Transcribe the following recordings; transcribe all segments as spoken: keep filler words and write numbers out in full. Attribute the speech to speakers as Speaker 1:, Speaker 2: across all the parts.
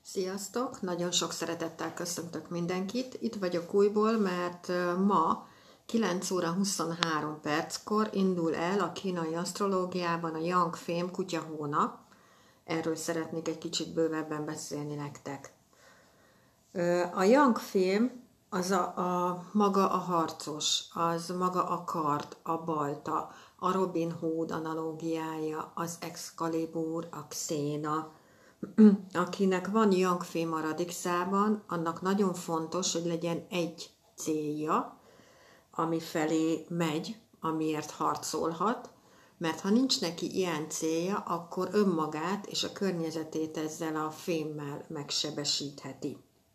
Speaker 1: Sziasztok! Nagyon sok szeretettel köszöntök mindenkit. Itt vagyok újból, mert ma kilenc óra huszonhárom perckor indul el a kínai asztrológiában a Yang Fém kutya hónap. Erről szeretnék egy kicsit bővebben beszélni nektek. A Yang Fém az a, a maga a harcos, az maga a kard, a balta, a Robin Hood analógiája, az Excalibur, a Xena. Akinek van Yang Fém a radixában, annak nagyon fontos, hogy legyen egy célja, ami felé megy, amiért harcolhat, mert ha nincs neki ilyen célja, akkor önmagát és a környezetét ezzel a fémmel megsebesítheti.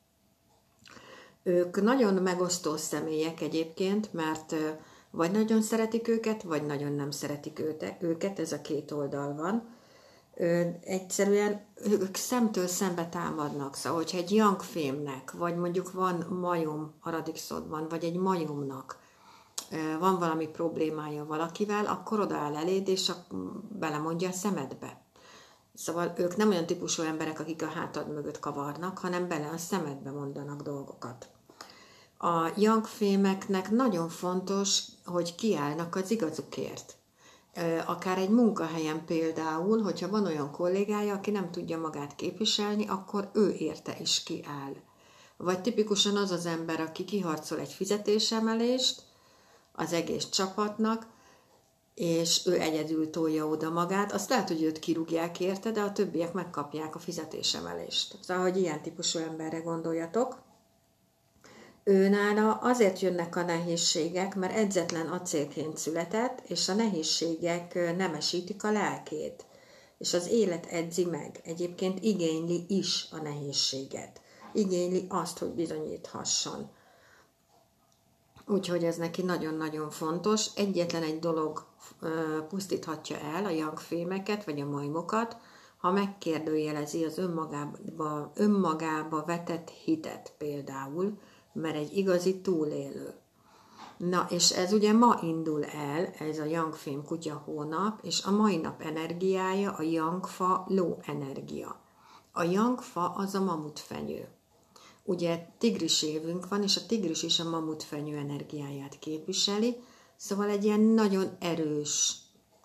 Speaker 1: Ők nagyon megosztó személyek egyébként, mert vagy nagyon szeretik őket, vagy nagyon nem szeretik őket, ez a két oldal van. Egyszerűen ők szemtől szembe támadnak, szóval hogyha egy Yang Fémnek, vagy mondjuk van majom a radixodban, vagy egy majomnak van valami problémája valakivel, akkor odaáll eléd, és belemondja a szemedbe. Szóval ők nem olyan típusú emberek, akik a hátad mögött kavarnak, hanem bele a szemedbe mondanak dolgokat. A Yang Fémeknek nagyon fontos, hogy kiállnak az igazukért. Akár egy munkahelyen például, hogyha van olyan kollégája, aki nem tudja magát képviselni, akkor ő érte is kiáll. Vagy tipikusan az az ember, aki kiharcol egy fizetésemelést az egész csapatnak, és ő egyedül tolja oda magát, azt lehet, hogy őt kirúgják érte, de a többiek megkapják a fizetésemelést. Szóval, hogy ilyen típusú emberre gondoljatok. Őnála azért jönnek a nehézségek, mert edzetlen acélként született, és a nehézségek nemesítik a lelkét. És az élet edzi meg. Egyébként igényli is a nehézséget. Igényli azt, hogy bizonyíthasson. Úgyhogy ez neki nagyon-nagyon fontos. Egyetlen egy dolog pusztíthatja el a Yang Fémeket, vagy a majmokat, ha megkérdőjelezi az önmagába, önmagába vetett hitet például, mert egy igazi túlélő. Na, és ez ugye ma indul el, ez a Yang Fém kutya hónap, és a mai nap energiája a Yang Fa ló energia. A Yang Fa az a mamutfenyő. Ugye tigris évünk van, és a tigris is a mamutfenyő energiáját képviseli, szóval egy ilyen nagyon erős,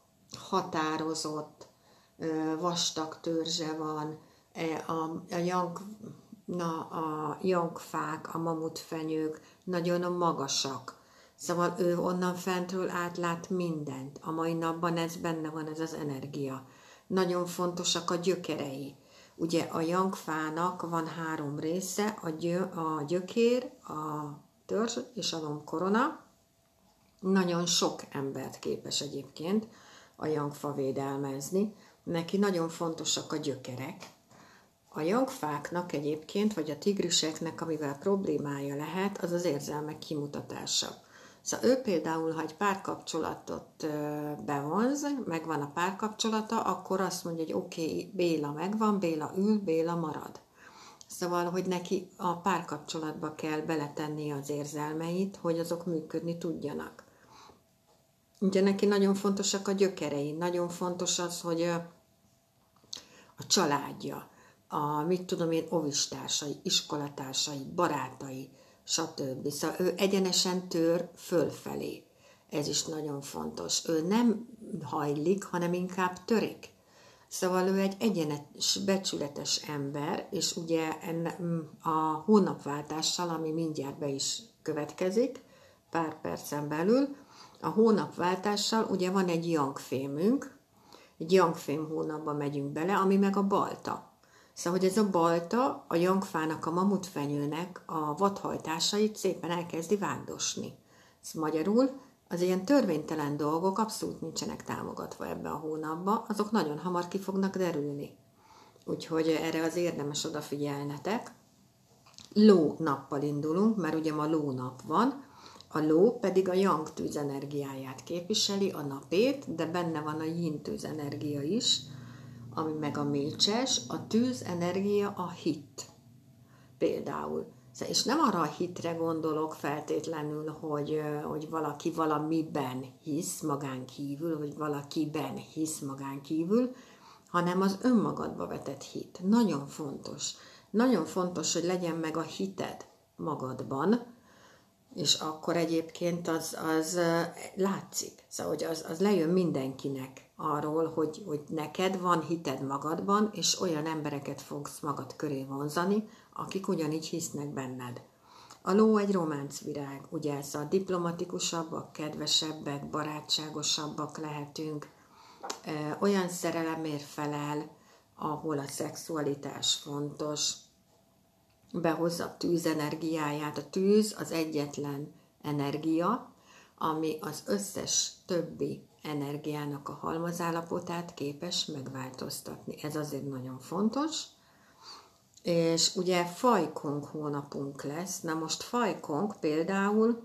Speaker 1: határozott, vastag törzse van, a, a Yang Na, a jangfák, a mamutfenyők nagyon magasak. Szóval ő onnan fentről átlát mindent. A mai napban ez benne van, ez az energia. Nagyon fontosak a gyökerei. Ugye a jangfának van három része, a, gyö, a gyökér, a törzs és a lombkorona. Nagyon sok embert képes egyébként a jangfa védelmezni. Neki nagyon fontosak a gyökerek. A jangfáknak egyébként, vagy a tigriseknek, amivel problémája lehet, az az érzelmek kimutatása. Szóval ő például, ha egy párkapcsolatot bevonz, megvan a párkapcsolata, akkor azt mondja, hogy oké, okay, Béla megvan, Béla ül, Béla marad. Szóval, hogy neki a párkapcsolatba kell beletenni az érzelmeit, hogy azok működni tudjanak. Ugye neki nagyon fontosak a gyökerei, nagyon fontos az, hogy a családja, a, mit tudom én, ovistársai, iskolatársai, barátai, stb. Szóval ő egyenesen tör fölfelé. Ez is nagyon fontos. Ő nem hajlik, hanem inkább törik. Szóval ő egy egyenes, becsületes ember, és ugye enne, a hónapváltással, ami mindjárt be is következik, pár percen belül, a hónapváltással ugye van egy Yang Fémünk, egy Yang Fém hónapba megyünk bele, ami meg a balta. Szóval, hogy ez a balta a jangfának, a mamutfenyőnek a vadhajtásait szépen elkezdi vágdosni. Szóval magyarul az ilyen törvénytelen dolgok abszolút nincsenek támogatva ebbe a hónapba, azok nagyon hamar ki fognak derülni. Úgyhogy erre az érdemes odafigyelnetek. Ló nappal indulunk, mert ugye ma ló nap van, a ló pedig a yang tűz energiáját képviseli, a napét, de benne van a yin tűz energia is, ami meg a mécses, a tűz energia a hit. Például. És nem arra a hitre gondolok feltétlenül, hogy, hogy valaki valamiben hisz magán kívül, vagy valakiben hisz magán kívül, hanem az önmagadba vetett hit. Nagyon fontos. Nagyon fontos, hogy legyen meg a hited magadban, és akkor egyébként az, az látszik. Szóval, hogy az, az lejön mindenkinek arról, hogy, hogy neked van hited magadban, és olyan embereket fogsz magad köré vonzani, akik ugyanígy hisznek benned. A ló egy románcvirág, ugye, szóval diplomatikusabbak, kedvesebbek, barátságosabbak lehetünk, olyan szerelemért felel, ahol a szexualitás fontos, behozza a tűz energiáját. A tűz az egyetlen energia, ami az összes többi energiának a halmazállapotát képes megváltoztatni. Ez azért nagyon fontos. És ugye fajkong hónapunk lesz. Na most fajkong például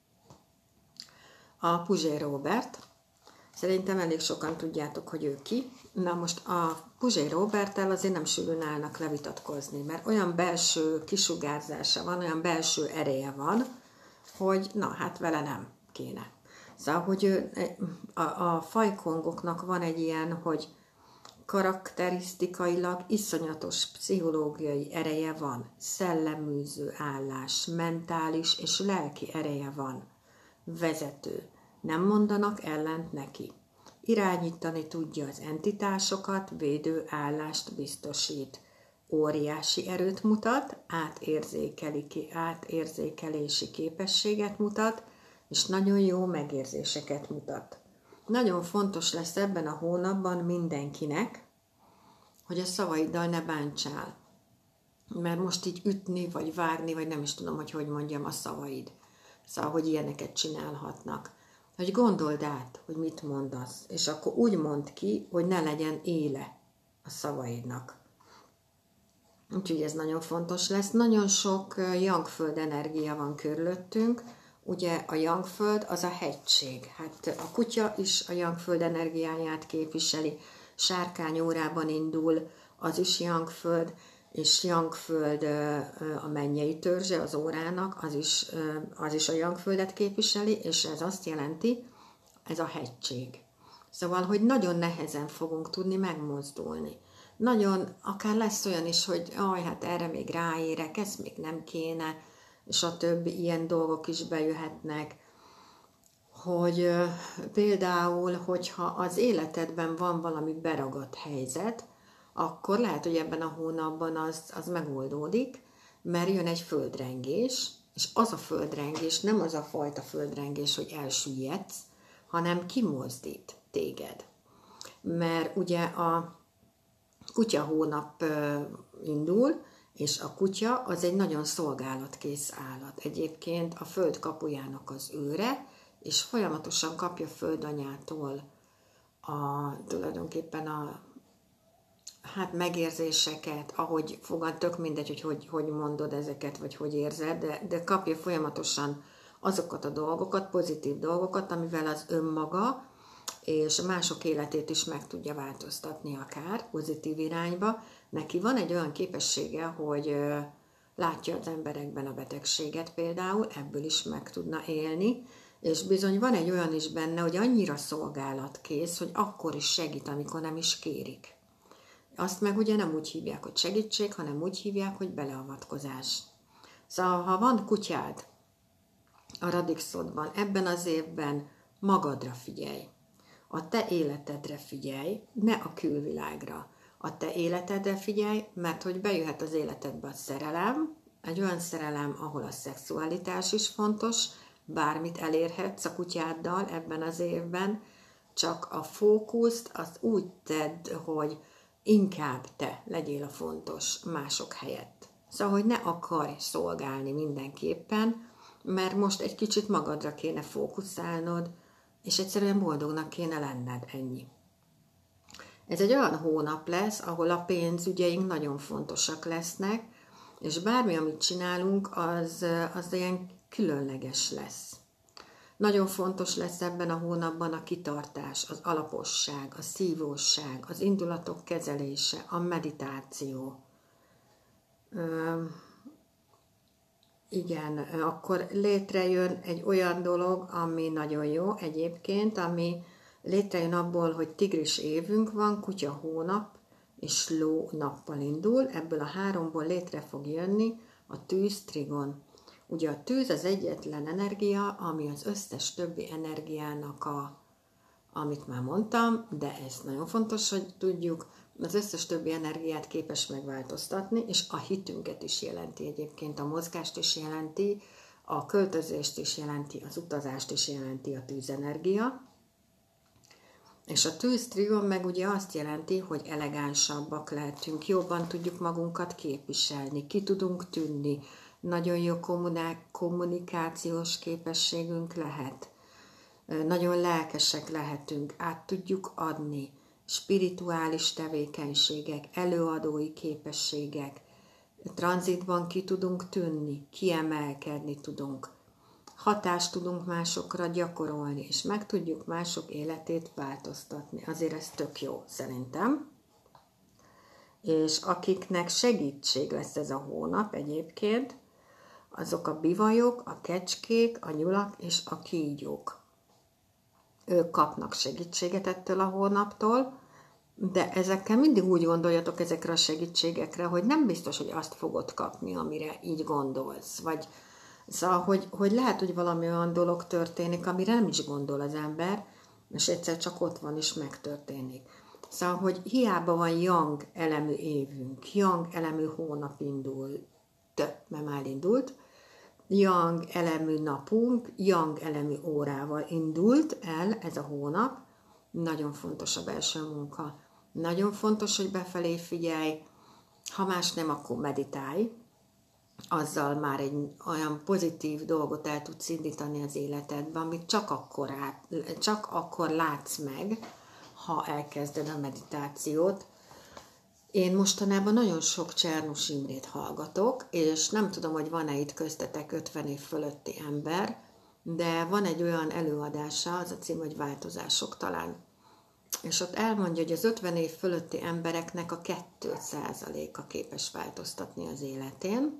Speaker 1: a Puzsér Róbert. Szerintem elég sokan tudjátok, hogy ő ki. Na most a Puzsér Róberttel azért nem sűrűn állnak levitatkozni, mert olyan belső kisugárzása van, olyan belső ereje van, hogy na hát vele nem kéne. Szóval, hogy ő, a, a fajkongoknak van egy ilyen, hogy karakterisztikailag iszonyatos pszichológiai ereje van, szelleműző állás, mentális és lelki ereje van, vezető. Nem mondanak ellent neki. Irányítani tudja az entitásokat, védő állást biztosít. Óriási erőt mutat, átérzékeli, átérzékelési képességet mutat, és nagyon jó megérzéseket mutat. Nagyon fontos lesz ebben a hónapban mindenkinek, hogy a szavaiddal ne bántsál. Mert most így ütni, vagy vágni, vagy nem is tudom, hogy hogy mondjam, a szavaid. Szóval, hogy ilyeneket csinálhatnak. Hogy gondold át, hogy mit mondasz, és akkor úgy mondd ki, hogy ne legyen éle a szavaidnak. Úgyhogy ez nagyon fontos lesz. Nagyon sok jangföld energia van körülöttünk. Ugye a jangföld az a hegység. Hát a kutya is a jangföld energiáját képviseli. Sárkány órában indul, az is jangföld, és jangföld a mennyei törzse az órának, az is, az is a jangföldet képviseli, és ez azt jelenti, ez a hegység. Szóval, hogy nagyon nehezen fogunk tudni megmozdulni. Nagyon, akár lesz olyan is, hogy aj, hát erre még ráérek, ez még nem kéne, és a többi ilyen dolgok is bejöhetnek, hogy például, hogyha az életedben van valami beragadt helyzet, akkor lehet, hogy ebben a hónapban az, az megoldódik, mert jön egy földrengés, és az a földrengés nem az a fajta földrengés, hogy elsüllyedsz, hanem kimozdít téged. Mert ugye a kutya hónap indul, és a kutya az egy nagyon szolgálatkész állat. Egyébként a föld kapujának az őre, és folyamatosan kapja földanyától a, tulajdonképpen a hát megérzéseket, ahogy fogad, tök mindegy, hogy, hogy hogy mondod ezeket, vagy hogy érzed, de, de kapja folyamatosan azokat a dolgokat, pozitív dolgokat, amivel az önmaga és mások életét is meg tudja változtatni akár pozitív irányba. Neki van egy olyan képessége, hogy látja az emberekben a betegséget például, ebből is meg tudna élni, és bizony van egy olyan is benne, hogy annyira szolgálatkész, hogy akkor is segít, amikor nem is kérik. Azt meg ugye nem úgy hívják, hogy segítség, hanem úgy hívják, hogy beleavatkozás. Szóval, ha van kutyád a Radixodban, ebben az évben magadra figyelj, a te életedre figyelj, ne a külvilágra. A te életedre figyelj, mert hogy bejöhet az életedbe a szerelem, egy olyan szerelem, ahol a szexualitás is fontos, bármit elérhetsz a kutyáddal ebben az évben, csak a fókuszt azt úgy tedd, hogy inkább te legyél a fontos mások helyett. Szóval, hogy ne akarj szolgálni mindenképpen, mert most egy kicsit magadra kéne fókuszálnod, és egyszerűen boldognak kéne lenned, ennyi. Ez egy olyan hónap lesz, ahol a pénzügyeink nagyon fontosak lesznek, és bármi, amit csinálunk, az, az ilyen különleges lesz. Nagyon fontos lesz ebben a hónapban a kitartás, az alaposság, a szívóság, az indulatok kezelése, a meditáció. Üm, igen, akkor létrejön egy olyan dolog, ami nagyon jó egyébként, ami létrejön abból, hogy tigris évünk van, kutya hónap, és ló nappal indul, ebből a háromból létre fog jönni a tűz trigon. Ugye a tűz az egyetlen energia, ami az összes többi energiának a, amit már mondtam, de ez nagyon fontos, hogy tudjuk, az összes többi energiát képes megváltoztatni, és a hitünket is jelenti egyébként, a mozgást is jelenti, a költözést is jelenti, az utazást is jelenti a tűzenergia. És a tűztrigon meg ugye azt jelenti, hogy elegánsabbak lehetünk, jobban tudjuk magunkat képviselni, ki tudunk tűnni, nagyon jó kommunikációs képességünk lehet, nagyon lelkesek lehetünk, át tudjuk adni, spirituális tevékenységek, előadói képességek, tranzitban ki tudunk tűnni, kiemelkedni tudunk, hatást tudunk másokra gyakorolni, és meg tudjuk mások életét változtatni. Azért ez tök jó, szerintem. És akiknek segítség lesz ez a hónap egyébként, azok a bivajok, a kecskék, a nyulak és a kígyók. Ők kapnak segítséget ettől a hónaptól, de ezekkel mindig úgy gondoljatok ezekre a segítségekre, hogy nem biztos, hogy azt fogod kapni, amire így gondolsz. Vagy szóval, hogy, hogy lehet, hogy valami olyan dolog történik, amire nem is gondol az ember, és egyszer csak ott van, és megtörténik. Szóval, hogy hiába van yang elemű évünk, yang elemű hónap indult, mert már indult, yang elemű napunk, yang elemű órával indult el ez a hónap. Nagyon fontos a belső munka. Nagyon fontos, hogy befelé figyelj, ha más nem, akkor meditálj. Azzal már egy olyan pozitív dolgot el tudsz indítani az életedben, amit csak akkor, át, csak akkor látsz meg, ha elkezded a meditációt. Én mostanában nagyon sok Csernus Imrét hallgatok, és nem tudom, hogy van-e itt köztetek ötven év fölötti ember, de van egy olyan előadása, az a cím, hogy Változások talán. És ott elmondja, hogy az ötven év fölötti embereknek a két százaléka képes változtatni az életén,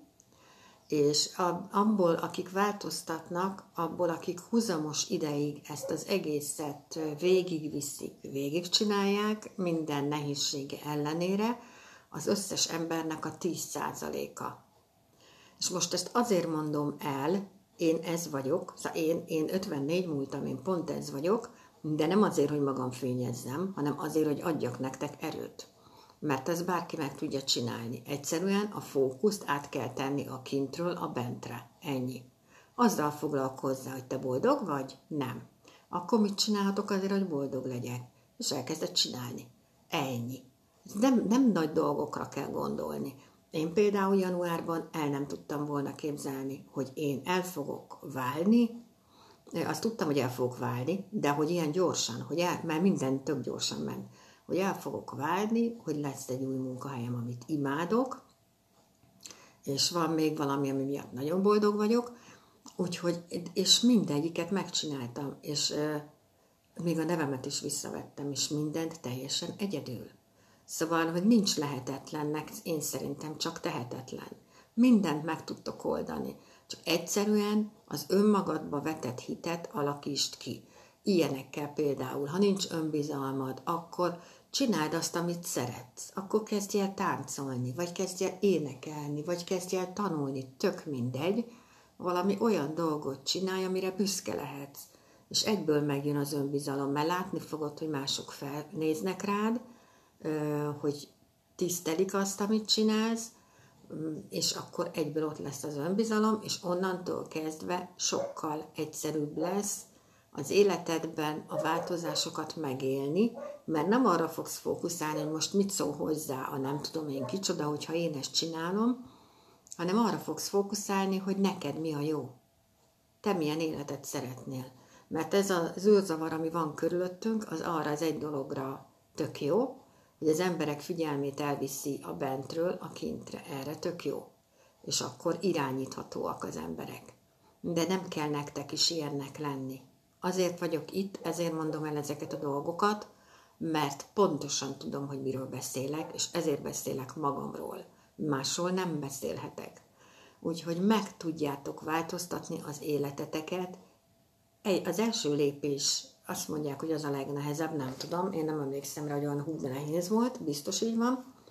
Speaker 1: és abból, akik változtatnak, abból, akik húzamos ideig ezt az egészet végigviszik, végigcsinálják, minden nehézsége ellenére, az összes embernek a tíz százaléka. És most ezt azért mondom el, én ez vagyok, szóval én, én ötvennégy múltam, én pont ez vagyok, de nem azért, hogy magam fényezzem, hanem azért, hogy adjak nektek erőt. Mert ezt bárki meg tudja csinálni. Egyszerűen a fókuszt át kell tenni a kintről a bentre. Ennyi. Azzal foglalkozzál, hogy te boldog vagy? Nem. Akkor mit csinálhatok azért, hogy boldog legyek? És elkezded csinálni. Ennyi. Nem, nem nagy dolgokra kell gondolni. Én például januárban el nem tudtam volna képzelni, hogy én el fogok válni. Azt tudtam, hogy el fogok válni, de hogy ilyen gyorsan, hogy el, mert minden tök gyorsan ment. Hogy el fogok válni, hogy lesz egy új munkahelyem, amit imádok, és van még valami, ami miatt nagyon boldog vagyok, úgyhogy, és mindegyiket megcsináltam, és euh, még a nevemet is visszavettem, és mindent teljesen egyedül. Szóval, hogy nincs lehetetlennek, én szerintem csak tehetetlen. Mindent meg tudtok oldani, csak egyszerűen az önmagadba vetett hitet alakítsd ki. Ilyenekkel például, ha nincs önbizalmad, akkor csináld azt, amit szeretsz. Akkor kezdj el táncolni, vagy kezdj el énekelni, vagy kezdj el tanulni, tök mindegy. Valami olyan dolgot csinálj, amire büszke lehetsz. És egyből megjön az önbizalom, mert látni fogod, hogy mások felnéznek rád, hogy tisztelik azt, amit csinálsz, és akkor egyből ott lesz az önbizalom, és onnantól kezdve sokkal egyszerűbb lesz az életedben a változásokat megélni, mert nem arra fogsz fókuszálni, hogy most mit szól hozzá a nem tudom én kicsoda, hogyha én ezt csinálom, hanem arra fogsz fókuszálni, hogy neked mi a jó. Te milyen életet szeretnél. Mert ez az űrzavar, ami van körülöttünk, az arra az egy dologra tök jó, hogy az emberek figyelmét elviszi a bentről a kintre. Erre tök jó. És akkor irányíthatóak az emberek. De nem kell nektek is ilyennek lenni. Azért vagyok itt, ezért mondom el ezeket a dolgokat, mert pontosan tudom, hogy miről beszélek, és ezért beszélek magamról. Másról nem beszélhetek. Úgyhogy meg tudjátok változtatni az életeteket. Az első lépés, azt mondják, hogy az a legnehezebb, nem tudom, én nem emlékszem rá, hogy olyan hú, nehéz volt, biztos így van,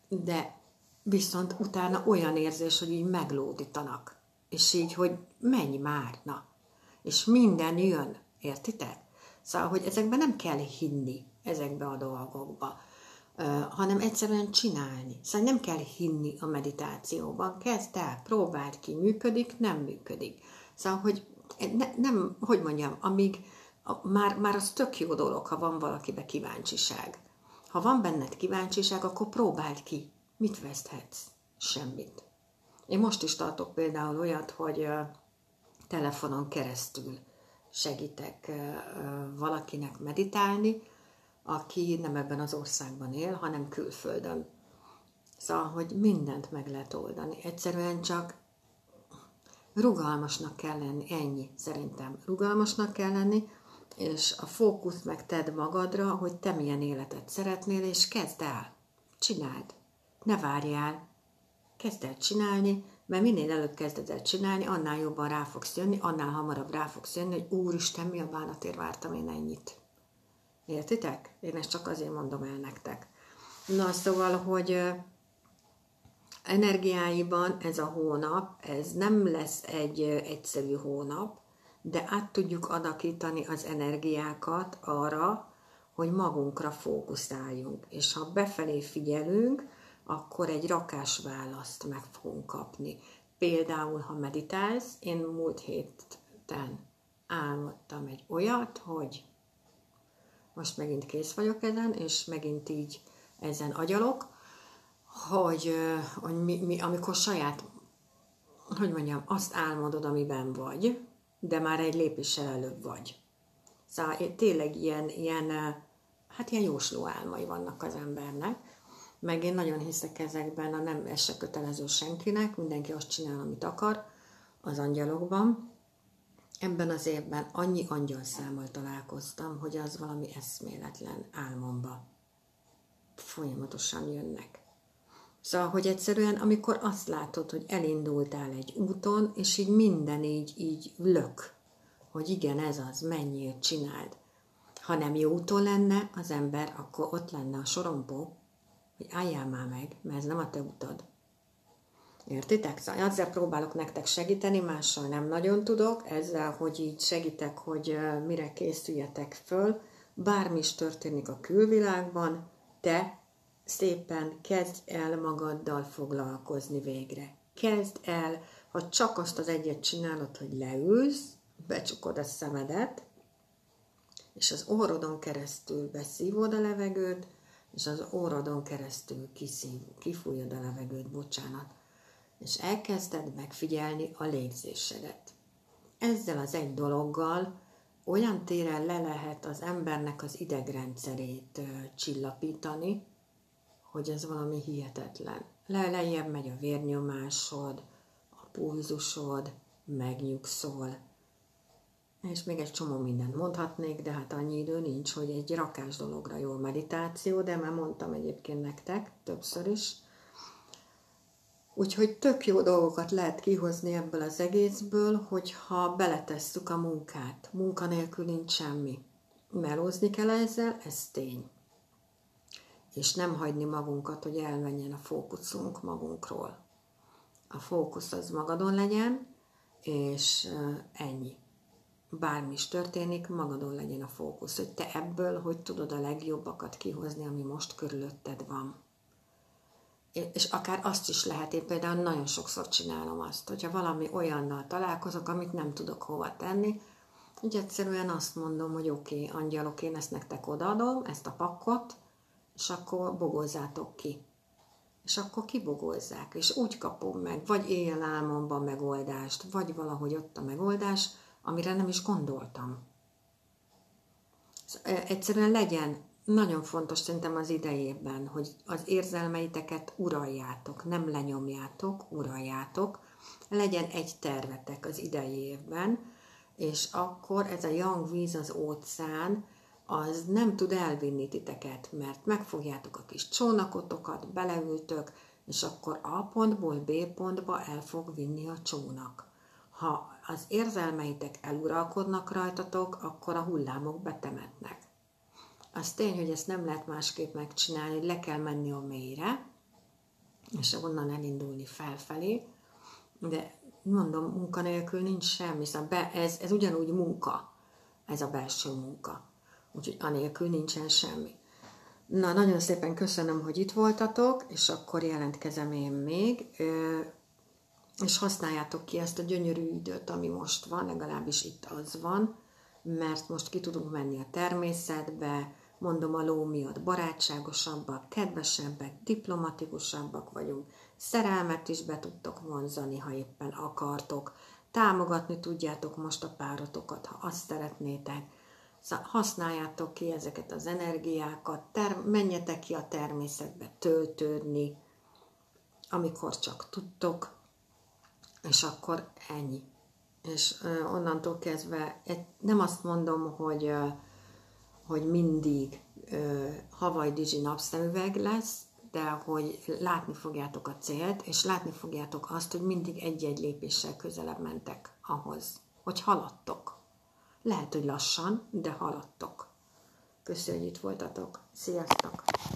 Speaker 1: de viszont utána olyan érzés, hogy így meglódítanak. És így, hogy menj már, na. És minden jön, értitek? Szóval, hogy ezekben nem kell hinni, ezekbe a dolgokba, uh, hanem egyszerűen csinálni. Szóval nem kell hinni a meditációban. Kezd el, próbáld ki, működik, nem működik. Szóval, hogy ne, nem, hogy mondjam, amíg a, már, már az tök jó dolog, ha van valakibe kíváncsiság. Ha van benned kíváncsiság, akkor próbáld ki. Mit veszthetsz? Semmit. Én most is tartok például olyat, hogy uh, telefonon keresztül segítek uh, valakinek meditálni, aki nem ebben az országban él, hanem külföldön. Szóval, hogy mindent meg lehet oldani. Egyszerűen csak rugalmasnak kell lenni, ennyi szerintem. Rugalmasnak kell lenni, és a fókuszt meg tedd magadra, hogy te milyen életet szeretnél, és kezd el. Csináld. Ne várjál. Kezd el csinálni, mert minél előbb kezded el csinálni, annál jobban rá fogsz jönni, annál hamarabb rá fogsz jönni, hogy úristen, mi a bánatért vártam én ennyit. Értitek? Én ezt csak azért mondom el nektek. Na, szóval, hogy energiáiban ez a hónap, ez nem lesz egy egyszerű hónap, de át tudjuk adakítani az energiákat arra, hogy magunkra fókuszáljunk. És ha befelé figyelünk, akkor egy rakás választ meg fogunk kapni. Például, ha meditálsz, én múlt héten álmodtam egy olyat, hogy most megint kész vagyok ezen, és megint így ezen agyalok, hogy, hogy mi, mi, amikor saját, hogy mondjam, azt álmodod, amiben vagy, de már egy lépéssel előbb vagy. Szóval tényleg ilyen, ilyen, hát ilyen jósló álmai vannak az embernek, meg én nagyon hiszek ezekben, a nem, ez se kötelező senkinek, mindenki azt csinál, amit akar az angyalokban. Ebben az évben annyi angyalszámmal találkoztam, hogy az valami eszméletlen álmomba folyamatosan jönnek. Szóval, hogy egyszerűen, amikor azt látod, hogy elindultál egy úton, és így minden így, így lök, hogy igen, ez az, menjél, csináld. Ha nem jó úton lenne az ember, akkor ott lenne a sorompó, hogy álljál már meg, mert ez nem a te utad. Értitek? Szóval ezzel próbálok nektek segíteni, mással nem nagyon tudok, ezzel, hogy így segítek, hogy mire készüljetek föl, bármi is történik a külvilágban, te szépen kezd el magaddal foglalkozni végre. Kezd el, ha csak azt az egyet csinálod, hogy leülsz, becsukod a szemedet, és az orrodon keresztül beszívod a levegőt, és az orrodon keresztül kiszív, kifújod a levegőt, bocsánat, és elkezded megfigyelni a légzésedet. Ezzel az egy dologgal olyan téren le lehet az embernek az idegrendszerét csillapítani, hogy ez valami hihetetlen. Le, lejjebb megy a vérnyomásod, a pulzusod, megnyugszol, és még egy csomó mindent mondhatnék, de hát annyi idő nincs, hogy egy rakás dologra jó meditáció, de már mondtam egyébként nektek többször is. Úgyhogy tök jó dolgokat lehet kihozni ebből az egészből, hogyha beletesszük a munkát. Munka nélkül nincs semmi. Melózni kell ezzel, ez tény. És nem hagyni magunkat, hogy elmenjen a fókuszunk magunkról. A fókusz az magadon legyen, és ennyi. Bármi is történik, magadon legyen a fókusz, hogy te ebből hogy tudod a legjobbakat kihozni, ami most körülötted van. És akár azt is lehet, én például nagyon sokszor csinálom azt, hogyha valami olyannal találkozok, amit nem tudok hova tenni, úgy egyszerűen azt mondom, hogy oké, okay, angyalok, én ezt nektek odaadom, ezt a pakkot, és akkor bogozzátok ki. És akkor kibogozzák, és úgy kapom meg, vagy éjjel álmomban megoldást, vagy valahogy ott a megoldás, amire nem is gondoltam. Egyszerűen legyen, nagyon fontos szerintem az idejében, hogy az érzelmeiteket uraljátok, nem lenyomjátok, uraljátok, legyen egy tervetek az idei évben, és akkor ez a yang víz az óceán, az nem tud elvinni titeket, mert megfogjátok a kis csónakotokat, beleültök, és akkor A pontból B pontba el fog vinni a csónak. Ha az érzelmeitek eluralkodnak rajtatok, akkor a hullámok betemetnek. Az tény, hogy ezt nem lehet másképp megcsinálni, hogy le kell menni a mélyre, és onnan elindulni felfelé, de mondom, munkanélkül nincs semmi, szóval be, ez, ez ugyanúgy munka, ez a belső munka, úgyhogy anélkül nincsen semmi. Na, nagyon szépen köszönöm, hogy itt voltatok, és akkor jelentkezem én még, és használjátok ki ezt a gyönyörű időt, ami most van, legalábbis itt az van, mert most ki tudunk menni a természetbe, mondom, a ló miatt barátságosabbak, kedvesebbek, diplomatikusabbak vagyunk, szerelmet is be tudtok vonzani, ha éppen akartok, támogatni tudjátok most a párotokat, ha azt szeretnétek, szóval használjátok ki ezeket az energiákat, ter- menjetek ki a természetbe töltődni, amikor csak tudtok, és akkor ennyi. És uh, onnantól kezdve nem azt mondom, hogy, uh, hogy mindig uh, Hawaii Digi napszemüveg lesz, de hogy látni fogjátok a célt, és látni fogjátok azt, hogy mindig egy-egy lépéssel közelebb mentek ahhoz, hogy haladtok. Lehet, hogy lassan, de haladtok. Köszönjük, hogy itt voltatok. Sziasztok!